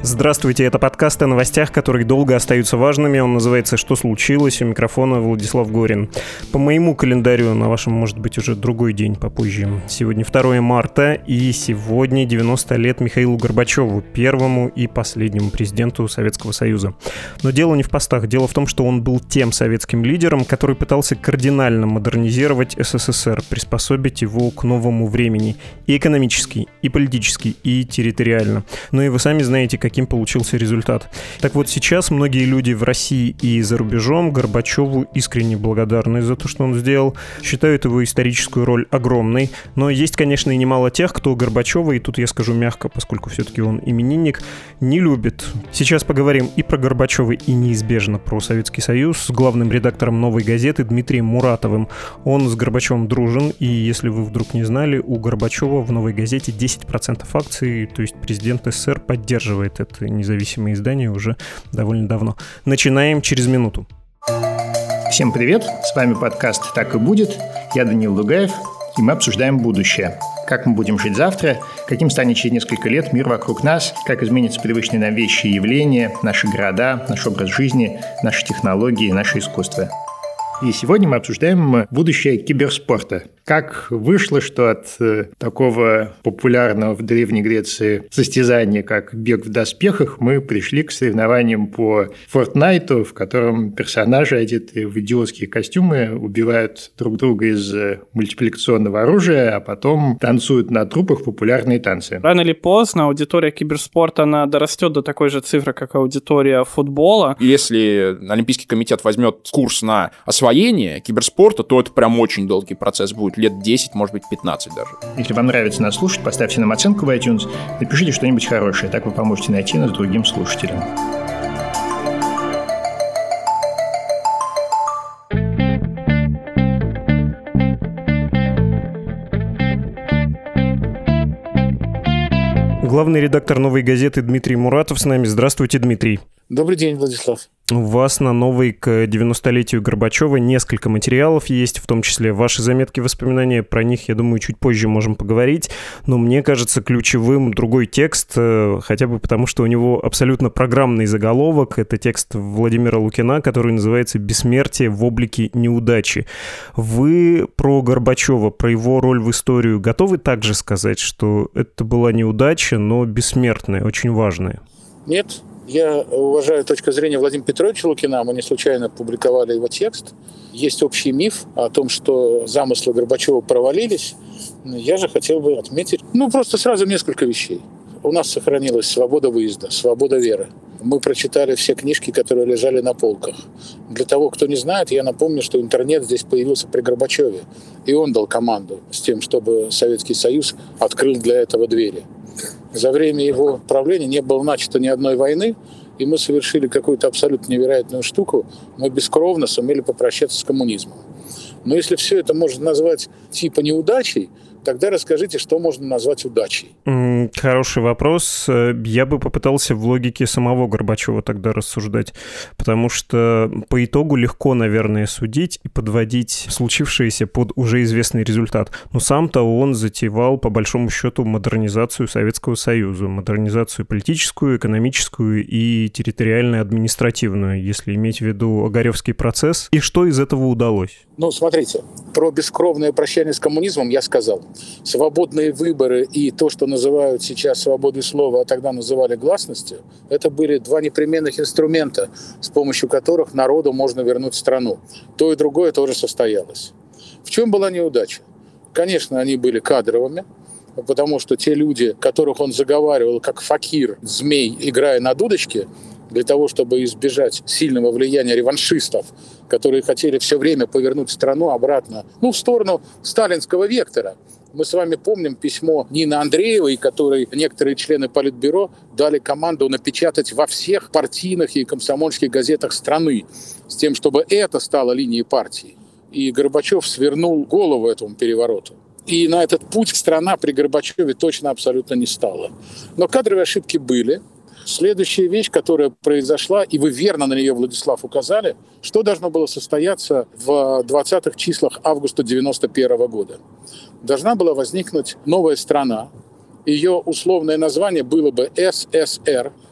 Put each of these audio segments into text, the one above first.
Здравствуйте, это подкаст о новостях, которые долго остаются важными. Он называется «Что случилось?». У микрофона Владислав Горин. По моему календарю, на вашем, может быть, уже другой день попозже. Сегодня 2 марта, и сегодня 90 лет Михаилу Горбачеву, первому и последнему президенту Советского Союза. Но дело не в постах. Дело в том, что он был тем советским лидером, который пытался кардинально модернизировать СССР, приспособить его к новому времени. И экономически, и политически, и территориально. Ну и вы сами знаете, каким получился результат. Так вот, сейчас многие люди в России и за рубежом Горбачеву искренне благодарны за то, что он сделал, считают его историческую роль огромной, но есть, конечно, и немало тех, кто Горбачева, и тут я скажу мягко, поскольку все-таки он именинник, не любит. Сейчас поговорим и про Горбачева, и неизбежно про Советский Союз с главным редактором «Новой газеты» Дмитрием Муратовым. Он с Горбачевым дружен, и если вы вдруг не знали, у Горбачева в «Новой газете» 10% акций, то есть президент СССР поддерживает это независимое издание уже довольно давно. Начинаем через минуту. Всем привет, с вами подкаст «Так и будет». Я Даниил Дугаев, и мы обсуждаем будущее. Как мы будем жить завтра, каким станет через несколько лет мир вокруг нас, как изменятся привычные нам вещи и явления, наши города, наш образ жизни, наши технологии, наше искусство. И сегодня мы обсуждаем будущее киберспорта. Как вышло, что от такого популярного в Древней Греции состязания, как бег в доспехах, мы пришли к соревнованиям по Fortnite, в котором персонажи, одетые в идиотские костюмы, убивают друг друга из мультипликационного оружия, а потом танцуют на трупах популярные танцы. Рано или поздно аудитория киберспорта, она дорастет до такой же цифры, как аудитория футбола. Если Олимпийский комитет возьмет курс на освоение киберспорта, то это прям очень долгий процесс будет. Лет 10, может быть, 15 даже. Если вам нравится нас слушать, поставьте нам оценку в iTunes, напишите что-нибудь хорошее, так вы поможете найти нас другим слушателям. Главный редактор «Новой газеты» Дмитрий Муратов с нами. Здравствуйте, Дмитрий. Добрый день, Владислав. У вас на «Новой» к 90-летию Горбачева несколько материалов есть, в том числе ваши заметки, воспоминания. Про них, я думаю, чуть позже можем поговорить. Но мне кажется ключевым другой текст, хотя бы потому, что у него абсолютно программный заголовок. Это текст Владимира Лукина, который называется «Бессмертие в облике неудачи». Вы про Горбачева, про его роль в историю готовы также сказать, что это была неудача, но бессмертная, очень важная? Нет. Я уважаю точку зрения Владимира Петровича Лукина, мы не случайно публиковали его текст. Есть общий миф о том, что замыслы Горбачева провалились. Я же хотел бы отметить, просто сразу несколько вещей. У нас сохранилась свобода выезда, свобода веры. Мы прочитали все книжки, которые лежали на полках. Для того, кто не знает, я напомню, что интернет здесь появился при Горбачеве. И он дал команду с тем, чтобы Советский Союз открыл для этого двери. За время его правления не было начато ни одной войны, и мы совершили какую-то абсолютно невероятную штуку. Мы бескровно сумели попрощаться с коммунизмом. Но если все это можно назвать типа неудачей, тогда расскажите, что можно назвать удачей. Хороший вопрос. Я бы попытался в логике самого Горбачева тогда рассуждать, потому что по итогу легко, наверное, судить и подводить случившееся под уже известный результат. Но сам-то он затевал, по большому счету, модернизацию Советского Союза, модернизацию политическую, экономическую и территориально-административную, если иметь в виду Огаревский процесс. И что из этого удалось? Смотрите, про бескровное прощание с коммунизмом я сказал. Свободные выборы и то, что называют сейчас свободой слова, а тогда называли гласностью, это были два непременных инструмента, с помощью которых народу можно вернуть страну. То и другое тоже состоялось. В чем была неудача? Конечно, они были кадровыми, потому что те люди, которых он заговаривал, как факир, змей, играя на дудочке, для того, чтобы избежать сильного влияния реваншистов, которые хотели все время повернуть страну обратно, в сторону сталинского вектора. Мы с вами помним письмо Нины Андреевой, которой некоторые члены Политбюро дали команду напечатать во всех партийных и комсомольских газетах страны, с тем, чтобы это стало линией партии. И Горбачев свернул голову этому перевороту. И на этот путь страна при Горбачеве точно абсолютно не стала. Но кадровые ошибки были. Следующая вещь, которая произошла, и вы верно на нее, Владислав, указали, что должно было состояться в 20-х числах августа 1991 года. Должна была возникнуть новая страна. Ее условное название было бы СССР.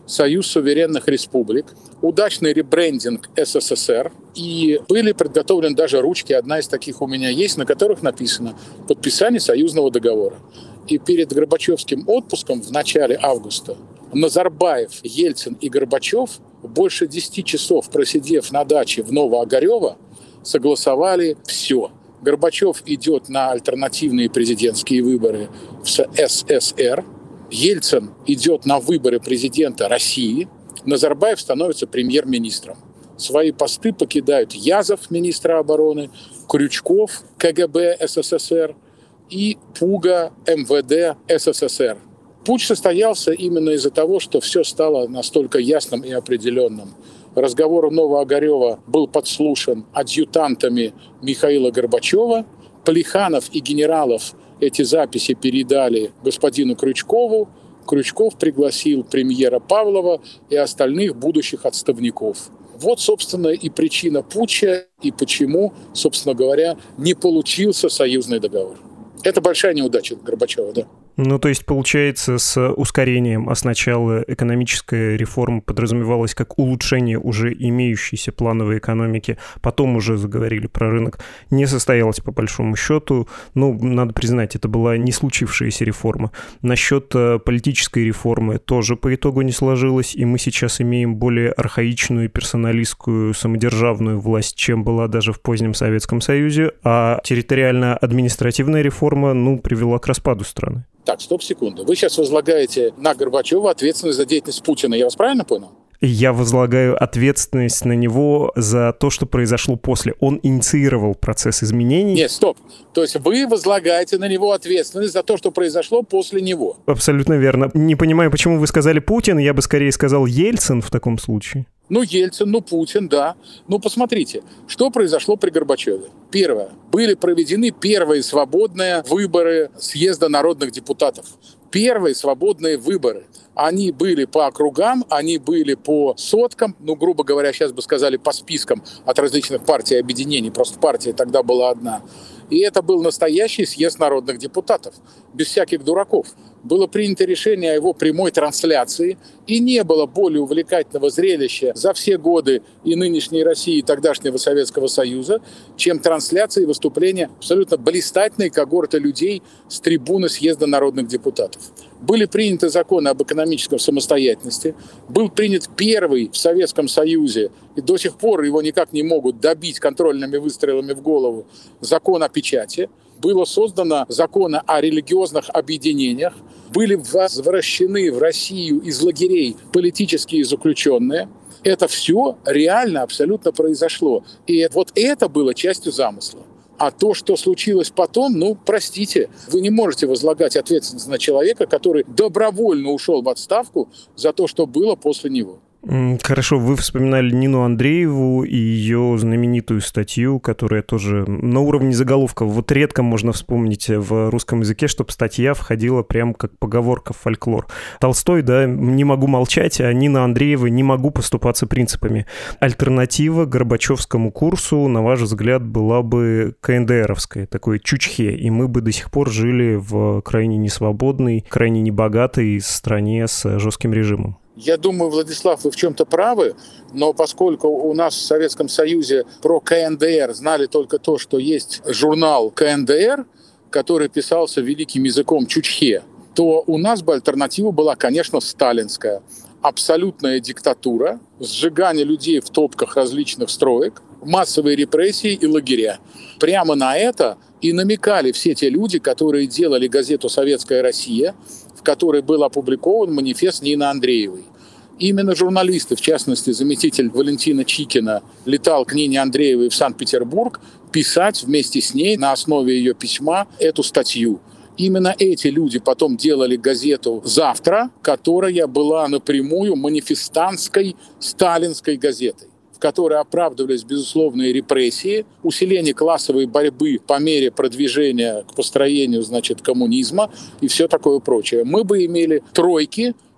Союз суверенных республик, удачный ребрендинг СССР, и были подготовлены даже ручки, одна из таких у меня есть, на которых написано «Подписание союзного договора». И перед Горбачевским отпуском в начале августа Назарбаев, Ельцин и Горбачев, больше 10 часов просидев на даче в Новоогарево, согласовали все. Горбачев идет на альтернативные президентские выборы в СССР, Ельцин идет на выборы президента России, Назарбаев становится премьер-министром. Свои посты покидают Язов, министра обороны, Крючков, КГБ СССР и Пуга, МВД СССР. Путч состоялся именно из-за того, что все стало настолько ясным и определенным. Разговор Новоогарева был подслушан адъютантами Михаила Горбачева. Плеханов и генералов эти записи передали господину Крючкову. Крючков пригласил премьера Павлова и остальных будущих отставников. Вот, собственно, и причина путча, и почему, собственно говоря, не получился союзный договор. Это большая неудача Горбачева, да. Ну, то есть, получается, с ускорением, а сначала экономическая реформа подразумевалась как улучшение уже имеющейся плановой экономики, потом уже заговорили про рынок, не состоялась по большому счету. Ну, надо признать, это была не случившаяся реформа. Насчет политической реформы тоже по итогу не сложилось, и мы сейчас имеем более архаичную, персоналистскую, самодержавную власть, чем была даже в позднем Советском Союзе, а территориально-административная реформа, привела к распаду страны. Так, стоп, секунду. Вы сейчас возлагаете на Горбачева ответственность за деятельность Путина. Я вас правильно понял? Я возлагаю ответственность на него за то, что произошло после. Он инициировал процесс изменений. Нет, стоп. То есть вы возлагаете на него ответственность за то, что произошло после него. Абсолютно верно. Не понимаю, почему вы сказали Путин. Я бы скорее сказал Ельцин в таком случае. Ельцин, Путин, да. Посмотрите, что произошло при Горбачеве. Первое. Были проведены первые свободные выборы съезда народных депутатов. Первые свободные выборы. Они были по округам, они были по соткам, грубо говоря, сейчас бы сказали по спискам от различных партий и объединений. Просто партия тогда была одна. И это был настоящий съезд народных депутатов, без всяких дураков. Было принято решение о его прямой трансляции, и не было более увлекательного зрелища за все годы и нынешней России, и тогдашнего Советского Союза, чем трансляция и выступления абсолютно блистательной когорты людей с трибуны съезда народных депутатов. Были приняты законы об экономической самостоятельности, был принят первый в Советском Союзе, и до сих пор его никак не могут добить контрольными выстрелами в голову, закон о печати. Было создано законы о религиозных объединениях, были возвращены в Россию из лагерей политические заключенные. Это все реально абсолютно произошло. И вот это было частью замысла. А то, что случилось потом, простите, вы не можете возлагать ответственность на человека, который добровольно ушел в отставку за то, что было после него. Хорошо, вы вспоминали Нину Андрееву и ее знаменитую статью, которая тоже на уровне заголовка. Вот редко можно вспомнить в русском языке, чтобы статья входила прям как поговорка в фольклор. Толстой, да, не могу молчать, а Нина Андреева не могу поступаться принципами. Альтернатива Горбачевскому курсу, на ваш взгляд, была бы КНДРовская, такой чучхе, и мы бы до сих пор жили в крайне несвободной, крайне небогатой стране с жестким режимом. Я думаю, Владислав, вы в чем-то правы, но поскольку у нас в Советском Союзе про КНДР знали только то, что есть журнал КНДР, который писался великим языком чучхе, то у нас бы альтернатива была, конечно, сталинская. Абсолютная диктатура, сжигание людей в топках различных строек, массовые репрессии и лагеря. Прямо на это и намекали все те люди, которые делали газету «Советская Россия», в которой был опубликован манифест Нины Андреевой. Именно журналисты, в частности, заместитель Валентина Чикина, летал к Нине Андреевой в Санкт-Петербург писать вместе с ней на основе ее письма эту статью. Именно эти люди потом делали газету «Завтра», которая была напрямую манифестантской сталинской газетой, в которой оправдывались безусловные репрессии, усиление классовой борьбы по мере продвижения к построению, коммунизма и все такое прочее. Мы бы имели тройки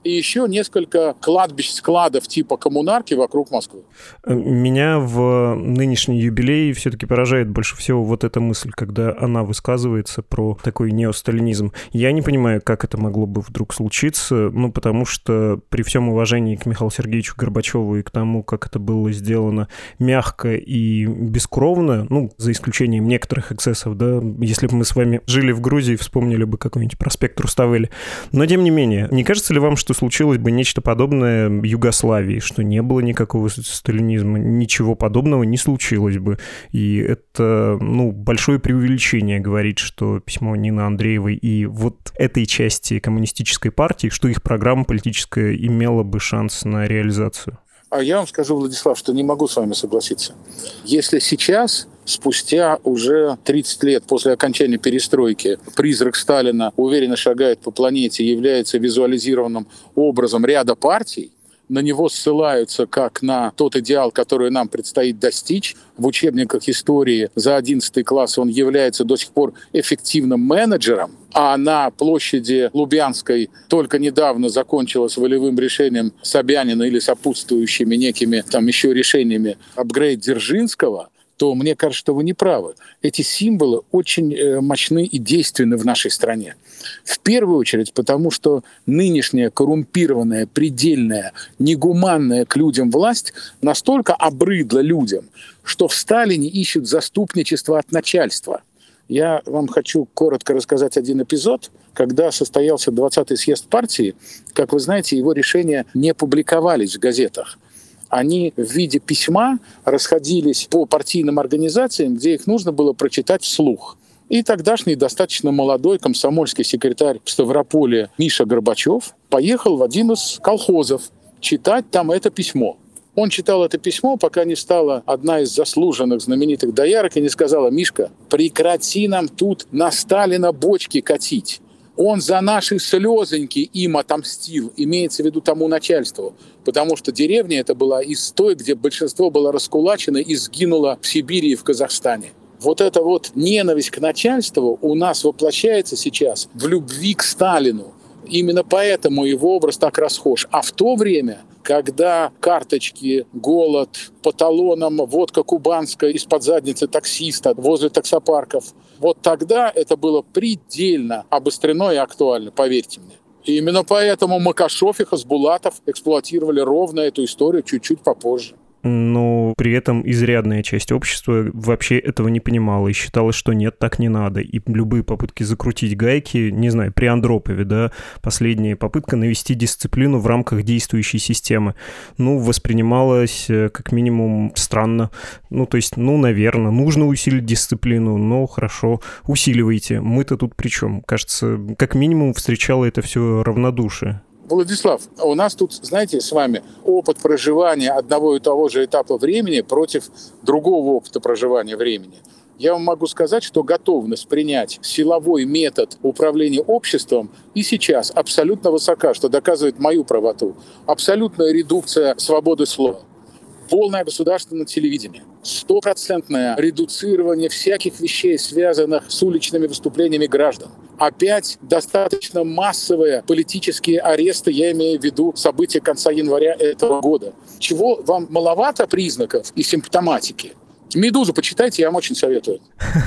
и еще несколько кладбищ, складов типа коммунарки вокруг Москвы. Меня в нынешний юбилей все-таки поражает больше всего вот эта мысль, когда она высказывается про такой неосталинизм. Я не понимаю, как это могло бы вдруг случиться, потому что при всем уважении к Михаилу Сергеевичу Горбачеву и к тому, как это было сделано мягко и бескровно, за исключением некоторых эксцессов, да, если бы мы с вами жили в Грузии, вспомнили бы какой-нибудь проспект Руставели. Но, тем не менее, не кажется ли вам, что случилось бы нечто подобное Югославии, что не было никакого сталинизма, ничего подобного не случилось бы? И это, большое преувеличение говорить, что письмо Нины Андреевой и вот этой части коммунистической партии, что их программа политическая имела бы шанс на реализацию. А я вам скажу, Владислав, что не могу с вами согласиться. Если сейчас, спустя уже 30 лет после окончания перестройки, призрак Сталина уверенно шагает по планете и является визуализированным образом ряда партий, на него ссылаются как на тот идеал, который нам предстоит достичь. В учебниках истории за 11 класс он является до сих пор эффективным менеджером, а на площади Лубянской только недавно закончилось волевым решением Собянина или сопутствующими некими там еще решениями апгрейд Дзержинского, то мне кажется, что вы не правы. Эти символы очень мощны и действенны в нашей стране. В первую очередь потому, что нынешняя коррумпированная, предельная, негуманная к людям власть настолько обрыдла людям, что в Сталине ищут заступничество от начальства. Я вам хочу коротко рассказать один эпизод. Когда состоялся 20-й съезд партии, как вы знаете, его решения не публиковались в газетах. Они в виде письма расходились по партийным организациям, где их нужно было прочитать вслух. И тогдашний достаточно молодой комсомольский секретарь в Ставрополе Миша Горбачев поехал в один из колхозов читать там это письмо. Он читал это письмо, пока не стала одна из заслуженных знаменитых доярок и не сказала: «Мишка, прекрати нам тут на Сталина бочки катить. Он за наши слезоньки им отомстил», имеется в виду тому начальству. Потому что деревня эта была из той, где большинство было раскулачено и сгинуло в Сибири и в Казахстане. Вот эта вот ненависть к начальству у нас воплощается сейчас в любви к Сталину. Именно поэтому его образ так расхож. А в то время, когда карточки, голод, по талонам водка кубанская из-под задницы таксиста возле таксопарков, вот тогда это было предельно обострено и актуально, поверьте мне. И именно поэтому Макашов и Хасбулатов эксплуатировали ровно эту историю чуть-чуть попозже. Но при этом изрядная часть общества вообще этого не понимала и считала, что нет, так не надо. И любые попытки закрутить гайки, не знаю, при Андропове, да, последняя попытка навести дисциплину в рамках действующей системы, воспринималась как минимум странно. То есть, наверное, нужно усилить дисциплину, но хорошо, усиливайте. Мы-то тут при чем? Кажется, как минимум встречало это все равнодушие. Владислав, у нас тут, знаете, с вами опыт проживания одного и того же этапа времени против другого опыта проживания времени. Я вам могу сказать, что готовность принять силовой метод управления обществом и сейчас абсолютно высока, что доказывает мою правоту. Абсолютная редукция свободы слова. Полное государственное телевидение, 100% редуцирование всяких вещей, связанных с уличными выступлениями граждан. Опять достаточно массовые политические аресты, я имею в виду события конца января этого года. Чего вам маловато признаков и симптоматики? «Медузу» почитайте, я вам очень советую.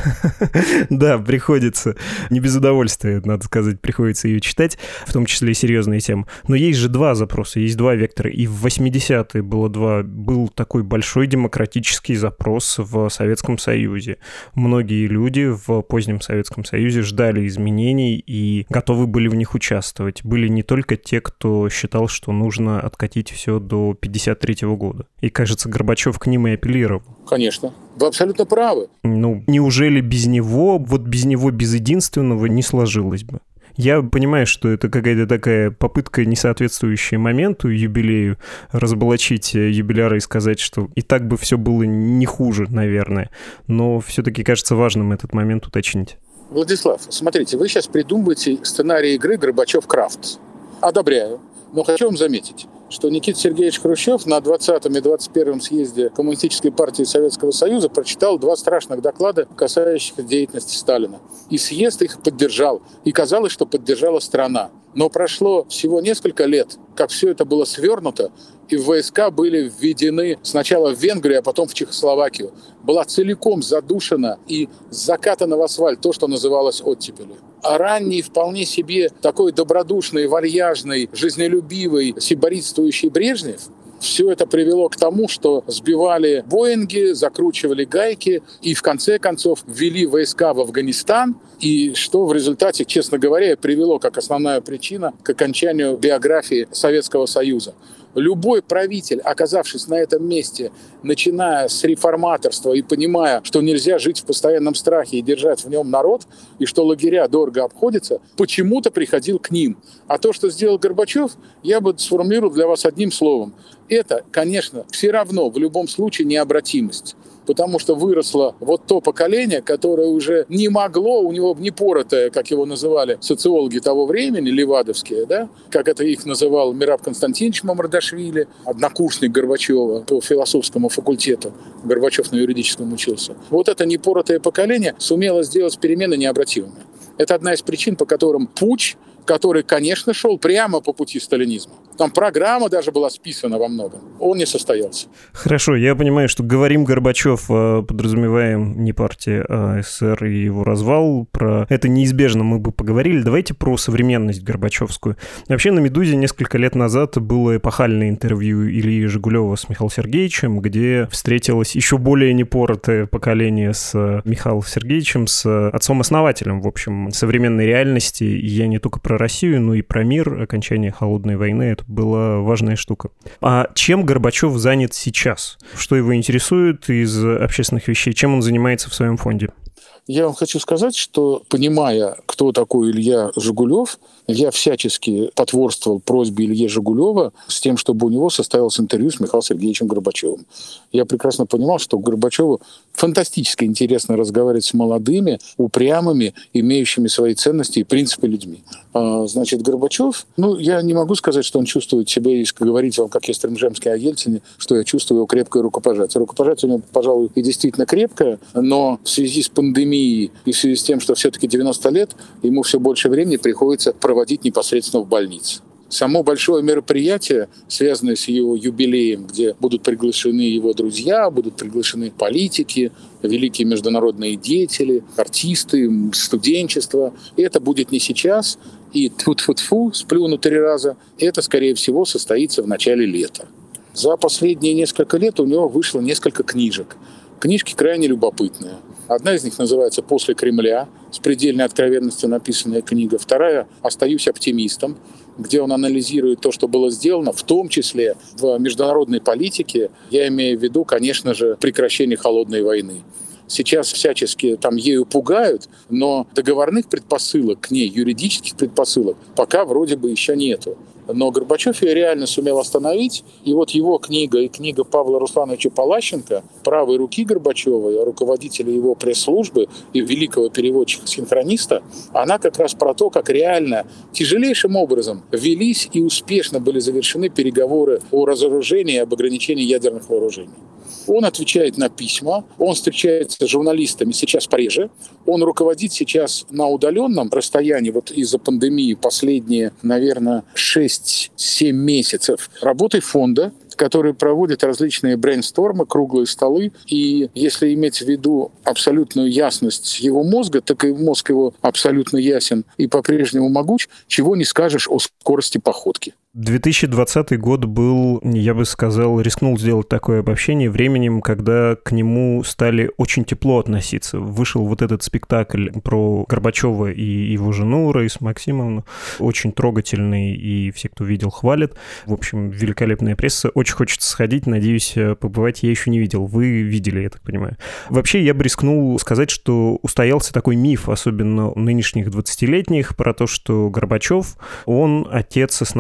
Да, приходится. Не без удовольствия, надо сказать, приходится ее читать, в том числе и серьезные темы. Но есть же два запроса, есть два вектора. И в 80-е был такой большой демократический запрос в Советском Союзе. Многие люди в позднем Советском Союзе ждали изменений и готовы были в них участвовать. Были не только те, кто считал, что нужно откатить все до 1953 года. И, кажется, Горбачев к ним и апеллировал. Конечно. Вы абсолютно правы. Неужели без него, без единственного не сложилось бы? Я понимаю, что это какая-то такая попытка, не соответствующая моменту, юбилею, разоблачить юбиляра и сказать, что и так бы все было не хуже, наверное. Но все-таки кажется важным этот момент уточнить. Владислав, смотрите, вы сейчас придумываете сценарий игры Горбачев-Крафтс. Одобряю. Но хочу вам заметить, что Никита Сергеевич Хрущев на 20-м и 21-м съезде Коммунистической партии Советского Союза прочитал 2 страшных доклада, касающихся деятельности Сталина. И съезд их поддержал. И казалось, что поддержала страна. Но прошло всего несколько лет, как все это было свернуто, и войска были введены сначала в Венгрию, а потом в Чехословакию. Была целиком задушена и закатана в асфальт то, что называлось оттепелью. А ранний, вполне себе такой добродушный, вальяжный, жизнелюбивый, сиборитствующий Брежнев, все это привело к тому, что сбивали Боинги, закручивали гайки и в конце концов ввели войска в Афганистан, и что в результате, честно говоря, привело как основная причина к окончанию биографии Советского Союза. Любой правитель, оказавшись на этом месте, начиная с реформаторства и понимая, что нельзя жить в постоянном страхе и держать в нем народ, и что лагеря дорого обходятся, почему-то приходил к ним. А то, что сделал Горбачев, я бы сформулировал для вас одним словом. Это, конечно, все равно в любом случае необратимость. Потому что выросло вот то поколение, которое уже не могло, у него непоротое, как его называли социологи того времени, левадовские, да, как это их называл Мераб Константинович Мамардашвили, однокурсник Горбачева по философскому факультету, Горбачев на юридическом учился. Вот это непоротое поколение сумело сделать перемены необратимыми. Это одна из причин, по которым путч, который, конечно, шел прямо по пути сталинизма. Там программа даже была списана во многом. Он не состоялся. Хорошо, я понимаю, что говорим Горбачев, подразумеваем не партия, а СССР и его развал. Про это неизбежно мы бы поговорили. Давайте про современность горбачевскую. Вообще на «Медузе» несколько лет назад было эпохальное интервью Ильи Жигулева с Михаилом Сергеевичем, где встретилось еще более непоротое поколение с Михаилом Сергеевичем, с отцом-основателем, в общем, современной реальности. И я не только про Россию, но и про мир, окончание холодной войны. Это была важная штука. А чем Горбачев занят сейчас? Что его интересует из общественных вещей? Чем он занимается в своем фонде? Я вам хочу сказать, что, понимая, кто такой Илья Жигулев, я всячески потворствовал просьбе Ильи Жигулева с тем, чтобы у него состоялось интервью с Михаилом Сергеевичем Горбачевым. Я прекрасно понимал, что Горбачеву фантастически интересно разговаривать с молодыми, упрямыми, имеющими свои ценности и принципы людьми. Значит, Горбачев, я не могу сказать, что он чувствует себя, если говорить вам, как есть Стремжемский о Ельцине, что я чувствую его крепкое рукопожатие. Рукопожатие у него, пожалуй, и действительно крепкое, но в связи с пандемией и в связи с тем, что все-таки 90 лет, ему все больше времени приходится проводить непосредственно в больнице. Само большое мероприятие, связанное с его юбилеем, где будут приглашены его друзья, будут приглашены политики, великие международные деятели, артисты, студенчество. И это будет не сейчас, и тьфу-тьфу-тьфу, сплюну 3 раза, это, скорее всего, состоится в начале лета. За последние несколько лет у него вышло несколько книжек. Книжки крайне любопытные. Одна из них называется «После Кремля», с предельной откровенностью написанная книга. Вторая «Остаюсь оптимистом», где он анализирует то, что было сделано, в том числе в международной политике. Я имею в виду, конечно же, прекращение холодной войны. Сейчас всячески там ею пугают, но договорных предпосылок к ней, юридических предпосылок, пока вроде бы еще нету. Но Горбачев ее реально сумел остановить. И вот его книга и книга Павла Руслановича Палащенко, правой руки Горбачева, руководителя его пресс-службы и великого переводчика-синхрониста, она как раз про то, как реально тяжелейшим образом велись и успешно были завершены переговоры о разоружении и об ограничении ядерных вооружений. Он отвечает на письма, он встречается с журналистами сейчас пореже, он руководит сейчас на удаленном расстоянии, вот из-за пандемии последние, наверное, 6-7 месяцев работой фонда, который проводит различные брейнстормы, круглые столы. И если иметь в виду абсолютную ясность его мозга, так и мозг его абсолютно ясен и по-прежнему могуч, чего не скажешь о скорости походки. 2020 год был, я бы сказал, рискнул сделать такое обобщение временем, когда к нему стали очень тепло относиться. Вышел вот этот спектакль про Горбачева и его жену Раису Максимовну, очень трогательный, и все, кто видел, хвалят. В общем, великолепная пресса. Очень хочется сходить, надеюсь, побывать я еще не видел. Вы видели, я так понимаю. Вообще, я бы рискнул сказать, что устоялся такой миф, особенно у нынешних 20-летних, про то, что Горбачев, он отец-основатель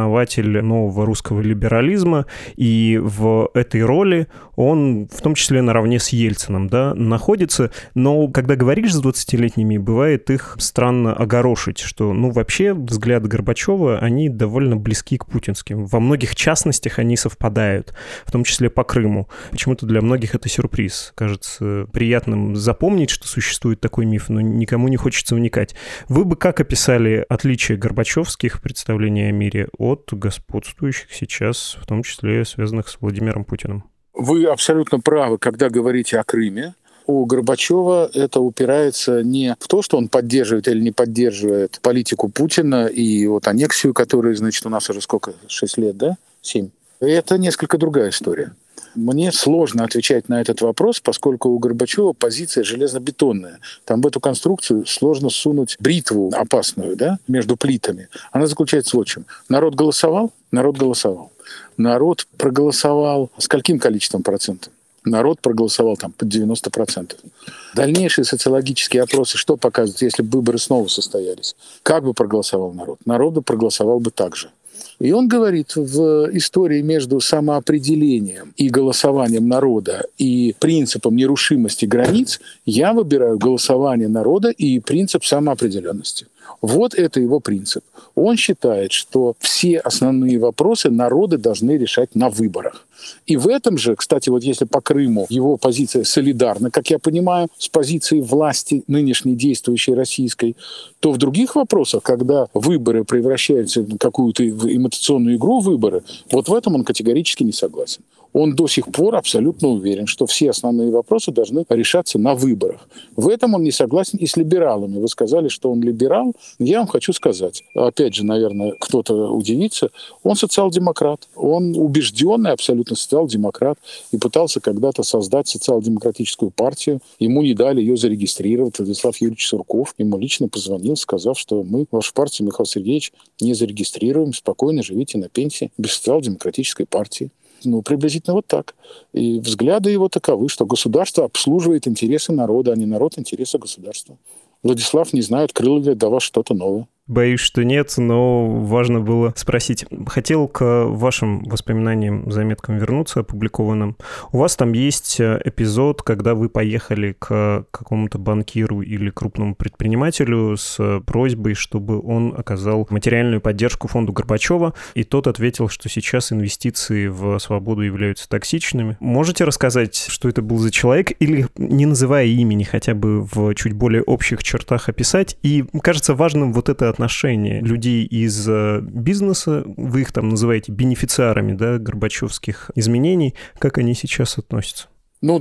представитель нового русского либерализма, и в этой роли он, в том числе наравне с Ельциным, да, находится. Но когда говоришь с 20-летними, бывает их странно огорошить, что, вообще взгляды Горбачева, они довольно близки к путинским. Во многих частностях они совпадают, в том числе по Крыму. Почему-то для многих это сюрприз. Кажется приятным запомнить, что существует такой миф, но никому не хочется вникать. Вы бы как описали отличие горбачевских представлений о мире от господствующих сейчас, в том числе связанных с Владимиром Путиным? Вы абсолютно правы, когда говорите о Крыме. У Горбачева это упирается не в то, что он поддерживает или не поддерживает политику Путина и аннексию, которая, у нас уже 6 лет, да? 7. Это несколько другая история. Мне сложно отвечать на этот вопрос, поскольку у Горбачева позиция железобетонная. Там в эту конструкцию сложно сунуть бритву опасную, да, между плитами. Она заключается в чем? Народ голосовал? Народ голосовал. Народ проголосовал с каким количеством процентов? Народ проголосовал под 90%. Дальнейшие социологические опросы что показывают, если бы выборы снова состоялись? Как бы проголосовал народ? Народ бы проголосовал бы так же. И он говорит, в истории между самоопределением и голосованием народа и принципом нерушимости границ я выбираю голосование народа и принцип самоопределенности. Вот это его принцип. Он считает, что все основные вопросы народы должны решать на выборах. И в этом же, кстати, если по Крыму его позиция солидарна, как я понимаю, с позицией власти нынешней действующей российской, то в других вопросах, когда выборы превращаются в какую-то имитационную игру выборы, в этом он категорически не согласен. Он до сих пор абсолютно уверен, что все основные вопросы должны решаться на выборах. В этом он не согласен и с либералами. Вы сказали, что он либерал. Я вам хочу сказать, опять же, наверное, кто-то удивится, он социал-демократ. Он убежденный абсолютно социал-демократ и пытался когда-то создать социал-демократическую партию. Ему не дали ее зарегистрировать. Владислав Юрьевич Сурков ему лично позвонил, сказав, что мы вашу партию, Михаил Сергеевич, не зарегистрируем, спокойно живите на пенсии без социал-демократической партии. Приблизительно так. И взгляды его таковы, что государство обслуживает интересы народа, а не народ интересы государства. Владислав, не знаю, открыл ли для вас что-то новое. Боюсь, что нет, но важно было спросить. Хотел к вашим воспоминаниям, заметкам вернуться, опубликованным. У вас там есть эпизод, когда вы поехали к какому-то банкиру или крупному предпринимателю с просьбой, чтобы он оказал материальную поддержку фонду Горбачева, и тот ответил, что сейчас инвестиции в свободу являются токсичными. Можете рассказать, что это был за человек, или, не называя имени, хотя бы в чуть более общих чертах описать? И кажется важным это отношение людей из бизнеса, вы их там называете бенефициарами, да, горбачевских изменений, как они сейчас относятся?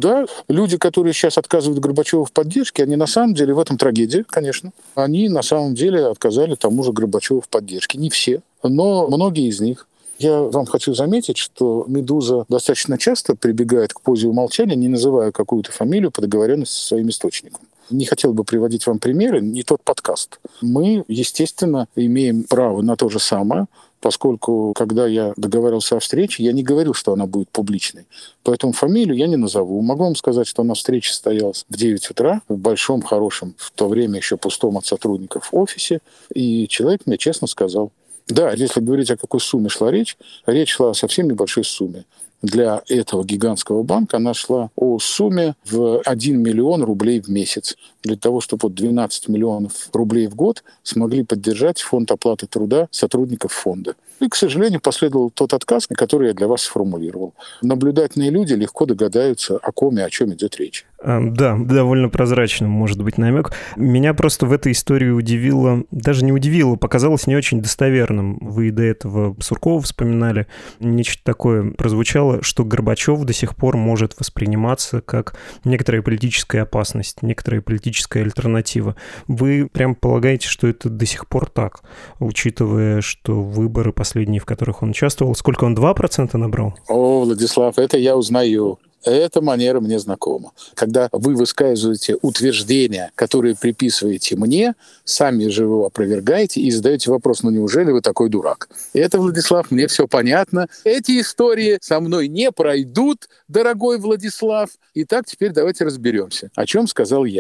Люди, которые сейчас отказывают Горбачеву в поддержке, они на самом деле, в этом трагедия, конечно, они на самом деле отказали тому же Горбачеву в поддержке. Не все, но многие из них. Я вам хочу заметить, что «Медуза» достаточно часто прибегает к позе умолчания, не называя какую-то фамилию по договоренности со своим источником. Не хотел бы приводить вам примеры, не тот подкаст. Мы, естественно, имеем право на то же самое, поскольку, когда я договаривался о встрече, я не говорил, что она будет публичной. Поэтому фамилию я не назову. Могу вам сказать, что у нас встреча состоялась в 9 утра в большом, хорошем, в то время еще пустом от сотрудников офисе, и человек мне честно сказал: да, если говорить, о какой сумме шла речь шла о совсем небольшой сумме. Для этого гигантского банка она шла о сумме в 1 миллион рублей в месяц. Для того, чтобы 12 миллионов рублей в год смогли поддержать фонд оплаты труда сотрудников фонда. И, к сожалению, последовал тот отказ, который я для вас сформулировал. Наблюдательные люди легко догадаются, о ком и о чем идет речь. Да, довольно прозрачным может быть намек. Меня просто в этой истории удивило, даже не удивило, показалось не очень достоверным. Вы до этого Суркова вспоминали. Нечто такое прозвучало, что Горбачев до сих пор может восприниматься как некоторая политическая опасность, некоторая политическая альтернатива. Вы прям полагаете, что это до сих пор так, учитывая, что выборы последние, в которых он участвовал, сколько он, 2% набрал? О, Владислав, это я узнаю. Эта манера мне знакома. Когда вы высказываете утверждения, которые приписываете мне, сами же его опровергаете и задаете вопрос: неужели вы такой дурак? Это, Владислав, мне все понятно. Эти истории со мной не пройдут, дорогой Владислав. Итак, теперь давайте разберемся. О чем сказал я?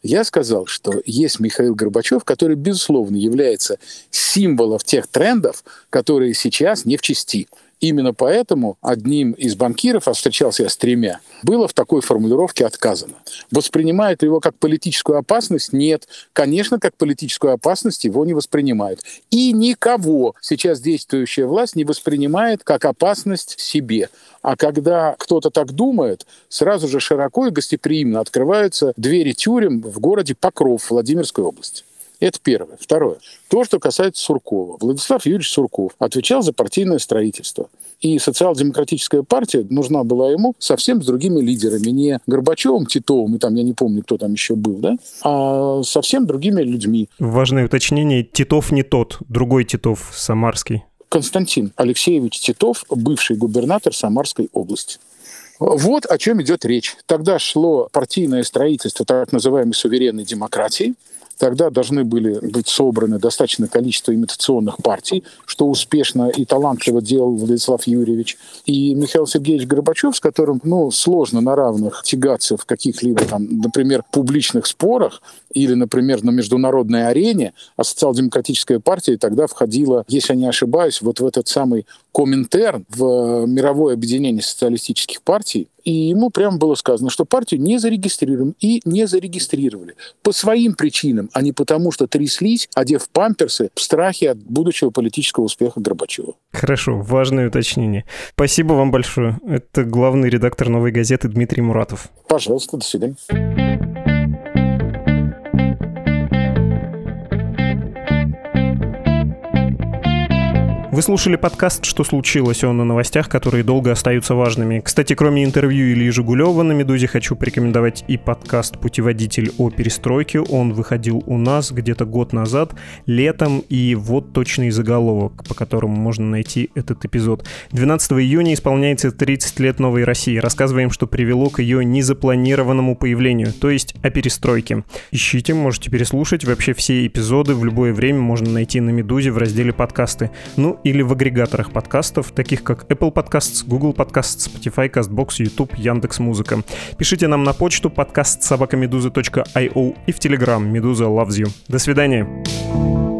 Я сказал, что есть Михаил Горбачев, который, безусловно, является символом тех трендов, которые сейчас не в чести. Именно поэтому одним из банкиров, а встречался я с 3, было в такой формулировке отказано. Воспринимает ли его как политическую опасность? Нет. Конечно, как политическую опасность его не воспринимают. И никого сейчас действующая власть не воспринимает как опасность себе. А когда кто-то так думает, сразу же широко и гостеприимно открываются двери тюрем в городе Покров Владимирской области. Это первое. Второе. То, что касается Суркова. Владислав Юрьевич Сурков отвечал за партийное строительство. И социал-демократическая партия нужна была ему совсем с другими лидерами. Не Горбачевым, Титовым, и там я не помню, кто там еще был, да? А совсем другими людьми. Важное уточнение. Титов не тот, другой Титов, самарский. Константин Алексеевич Титов, бывший губернатор Самарской области. Вот о чем идет речь. Тогда шло партийное строительство так называемой суверенной демократии. Тогда должны были быть собраны достаточное количество имитационных партий, что успешно и талантливо делал Владислав Юрьевич. И Михаил Сергеевич Горбачев, с которым сложно на равных тягаться в каких-либо, например, публичных спорах или, например, на международной арене, а социал-демократическая партия тогда входила, если я не ошибаюсь, вот в этот самый Коминтерн, в мировое объединение социалистических партий. И ему прямо было сказано, что партию не зарегистрируем и не зарегистрировали. По своим причинам, а не потому, что тряслись, одев памперсы в страхе от будущего политического успеха Горбачева. Хорошо, важное уточнение. Спасибо вам большое. Это главный редактор «Новой газеты» Дмитрий Муратов. Пожалуйста, до свидания. Вы слушали подкаст «Что случилось?», он о новостях, которые долго остаются важными. Кстати, кроме интервью Ильи Жигулева на «Медузе», хочу порекомендовать и подкаст «Путеводитель о перестройке». Он выходил у нас где-то год назад, летом, и вот точный заголовок, по которому можно найти этот эпизод. 12 июня исполняется 30 лет новой России. Рассказываем, что привело к ее незапланированному появлению, то есть о перестройке. Ищите, можете переслушать. Вообще все эпизоды в любое время можно найти на «Медузе» в разделе «Подкасты». Или в агрегаторах подкастов, таких как Apple Podcasts, Google Podcasts, Spotify, CastBox, YouTube, Яндекс.Музыка. Пишите нам на почту podcast@meduza.io и в Telegram Meduza loves you. До свидания.